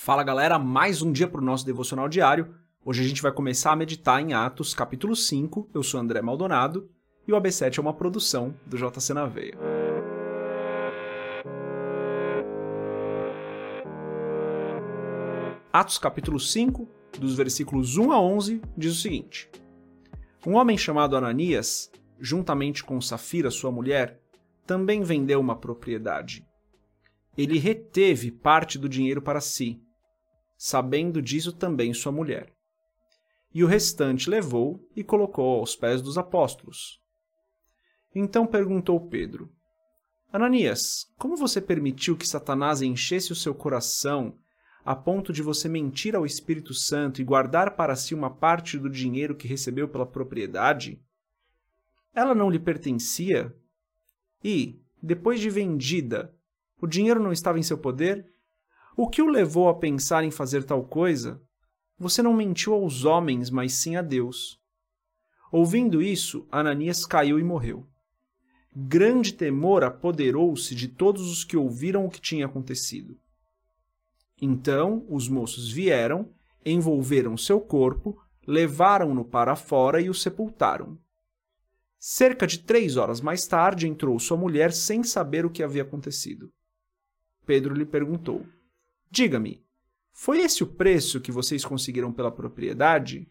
Fala galera, mais um dia para o nosso devocional diário. Hoje a gente vai começar a meditar em Atos, capítulo 5. Eu sou André Maldonado e o AB7 é uma produção do JC na Veia. Atos, capítulo 5, dos versículos 1 a 11, diz o seguinte: Um homem chamado Ananias, juntamente com Safira, sua mulher, também vendeu uma propriedade. Ele reteve parte do dinheiro para si, sabendo disso também sua mulher. E o restante levou e colocou aos pés dos apóstolos. Então perguntou Pedro: Ananias, como você permitiu que Satanás enchesse o seu coração a ponto de você mentir ao Espírito Santo e guardar para si uma parte do dinheiro que recebeu pela propriedade? Ela não lhe pertencia? E, depois de vendida, o dinheiro não estava em seu poder? O que o levou a pensar em fazer tal coisa? Você não mentiu aos homens, mas sim a Deus. Ouvindo isso, Ananias caiu e morreu. Grande temor apoderou-se de todos os que ouviram o que tinha acontecido. Então os moços vieram, envolveram seu corpo, levaram-no para fora e o sepultaram. Cerca de 3 horas mais tarde entrou sua mulher sem saber o que havia acontecido. Pedro lhe perguntou: Diga-me, foi esse o preço que vocês conseguiram pela propriedade?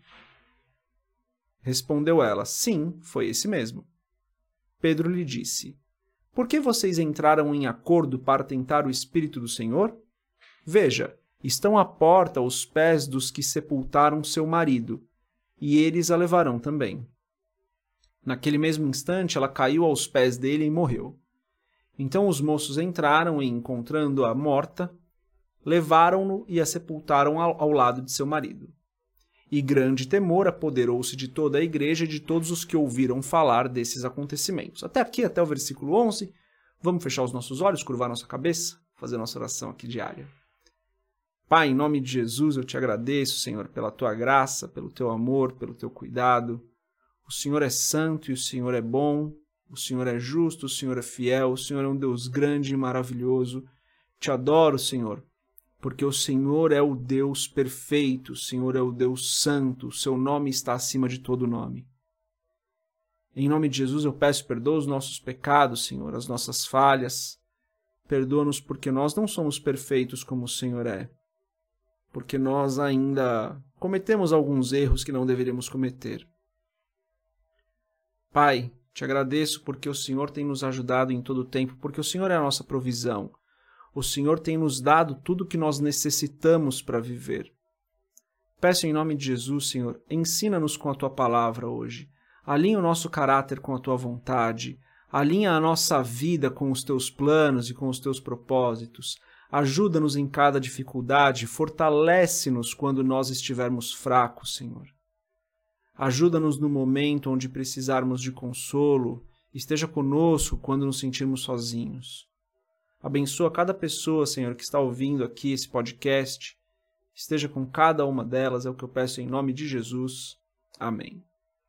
Respondeu ela: Sim, foi esse mesmo. Pedro lhe disse: Por que vocês entraram em acordo para tentar o Espírito do Senhor? Veja, estão à porta os pés dos que sepultaram seu marido, e eles a levarão também. Naquele mesmo instante, ela caiu aos pés dele e morreu. Então os moços entraram e, encontrando-a morta, levaram-no e a sepultaram ao lado de seu marido. E grande temor apoderou-se de toda a igreja e de todos os que ouviram falar desses acontecimentos. Até aqui, até o versículo 11. Vamos fechar os nossos olhos, curvar nossa cabeça, fazer nossa oração aqui diária. Pai, em nome de Jesus, eu te agradeço, Senhor, pela tua graça, pelo teu amor, pelo teu cuidado. O Senhor é santo e o Senhor é bom, o Senhor é justo, o Senhor é fiel, o Senhor é um Deus grande e maravilhoso. Te adoro, Senhor, porque o Senhor é o Deus perfeito, o Senhor é o Deus santo, o seu nome está acima de todo nome. Em nome de Jesus eu peço perdão aos nossos pecados, Senhor, as nossas falhas. Perdoa-nos porque nós não somos perfeitos como o Senhor é, porque nós ainda cometemos alguns erros que não deveríamos cometer. Pai, te agradeço porque o Senhor tem nos ajudado em todo o tempo, porque o Senhor é a nossa provisão. O Senhor tem nos dado tudo o que nós necessitamos para viver. Peço em nome de Jesus, Senhor, ensina-nos com a Tua palavra hoje. Alinha o nosso caráter com a Tua vontade. Alinha a nossa vida com os Teus planos e com os Teus propósitos. Ajuda-nos em cada dificuldade. Fortalece-nos quando nós estivermos fracos, Senhor. Ajuda-nos no momento onde precisarmos de consolo. Esteja conosco quando nos sentirmos sozinhos. Abençoa cada pessoa, Senhor, que está ouvindo aqui esse podcast. Esteja com cada uma delas, é o que eu peço em nome de Jesus. Amém.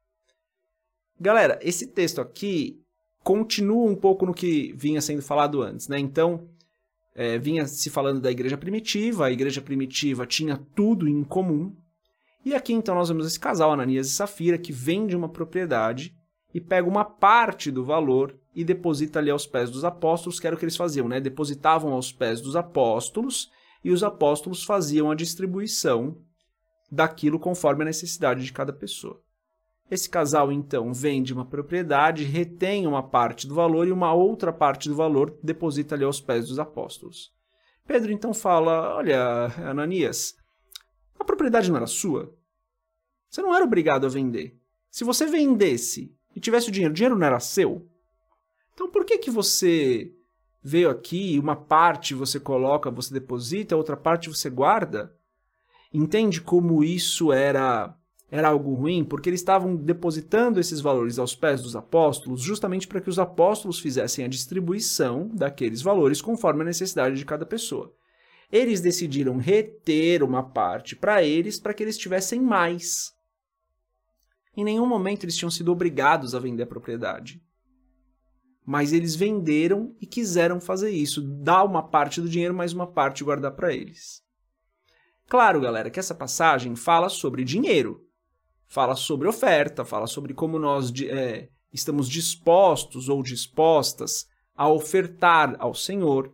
Galera, esse texto aqui continua um pouco no que vinha sendo falado antes, né? Então, vinha se falando da igreja primitiva, a igreja primitiva tinha tudo em comum. E aqui, então, nós vemos esse casal, Ananias e Safira, que vende uma propriedade e pega uma parte do valor e deposita ali aos pés dos apóstolos, que era o que eles faziam, né? Depositavam aos pés dos apóstolos e os apóstolos faziam a distribuição daquilo conforme a necessidade de cada pessoa. Esse casal, então, vende uma propriedade, retém uma parte do valor e uma outra parte do valor deposita ali aos pés dos apóstolos. Pedro, então, fala: olha, Ananias, a propriedade não era sua? Você não era obrigado a vender. Se você vendesse e tivesse o dinheiro não era seu? Então por que você veio aqui e uma parte você coloca, você deposita, a outra parte você guarda? Entende como isso era algo ruim? Porque eles estavam depositando esses valores aos pés dos apóstolos justamente para que os apóstolos fizessem a distribuição daqueles valores conforme a necessidade de cada pessoa. Eles decidiram reter uma parte para que eles tivessem mais. Em nenhum momento eles tinham sido obrigados a vender a propriedade. Mas eles venderam e quiseram fazer isso, dar uma parte do dinheiro, mas uma parte guardar para eles. Claro, galera, que essa passagem fala sobre dinheiro, fala sobre oferta, fala sobre como nós estamos dispostos ou dispostas a ofertar ao Senhor,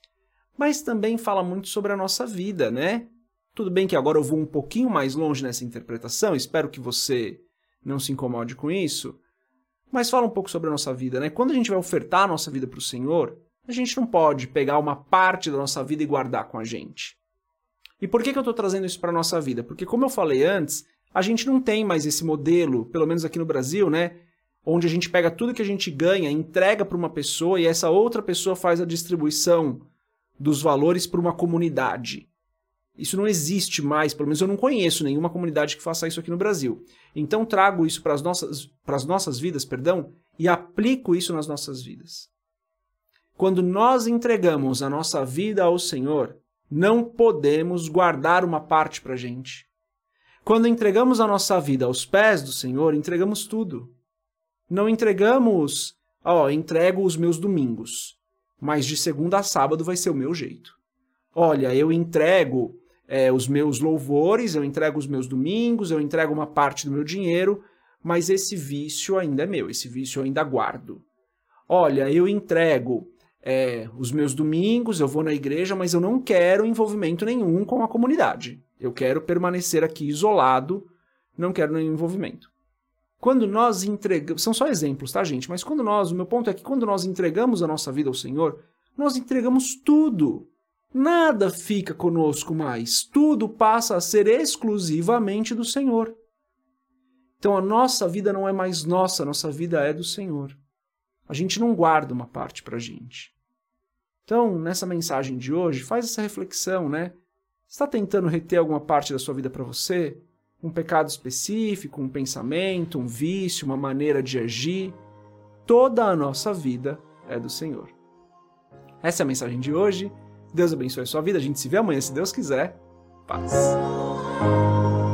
mas também fala muito sobre a nossa vida, né? Tudo bem que agora eu vou um pouquinho mais longe nessa interpretação, espero que você não se incomode com isso, mas fala um pouco sobre a nossa vida, né? Quando a gente vai ofertar a nossa vida para o Senhor, a gente não pode pegar uma parte da nossa vida e guardar com a gente. E por que eu estou trazendo isso para a nossa vida? Porque, como eu falei antes, a gente não tem mais esse modelo, pelo menos aqui no Brasil, né? Onde a gente pega tudo que a gente ganha, entrega para uma pessoa e essa outra pessoa faz a distribuição dos valores para uma comunidade. Isso não existe mais, pelo menos eu não conheço nenhuma comunidade que faça isso aqui no Brasil. Então trago isso para as nossas vidas, e aplico isso nas nossas vidas. Quando nós entregamos a nossa vida ao Senhor, não podemos guardar uma parte para a gente. Quando entregamos a nossa vida aos pés do Senhor, entregamos tudo. Não entregamos, entrego os meus domingos, mas de segunda a sábado vai ser o meu jeito. Olha, eu entrego os meus louvores, eu entrego os meus domingos, eu entrego uma parte do meu dinheiro, mas esse vício ainda é meu, esse vício eu ainda guardo. Olha, eu entrego os meus domingos, eu vou na igreja, mas eu não quero envolvimento nenhum com a comunidade. Eu quero permanecer aqui isolado, não quero nenhum envolvimento. Quando nós entregamos, são só exemplos, tá, gente? Mas o meu ponto é que quando nós entregamos a nossa vida ao Senhor, nós entregamos tudo. Nada fica conosco mais. Tudo passa a ser exclusivamente do Senhor. Então a nossa vida não é mais nossa, a nossa vida é do Senhor. A gente não guarda uma parte pra gente. Então, nessa mensagem de hoje, faz essa reflexão, né? Você está tentando reter alguma parte da sua vida para você? Um pecado específico, um pensamento, um vício, uma maneira de agir? Toda a nossa vida é do Senhor. Essa é a mensagem de hoje. Deus abençoe a sua vida. A gente se vê amanhã, se Deus quiser. Paz.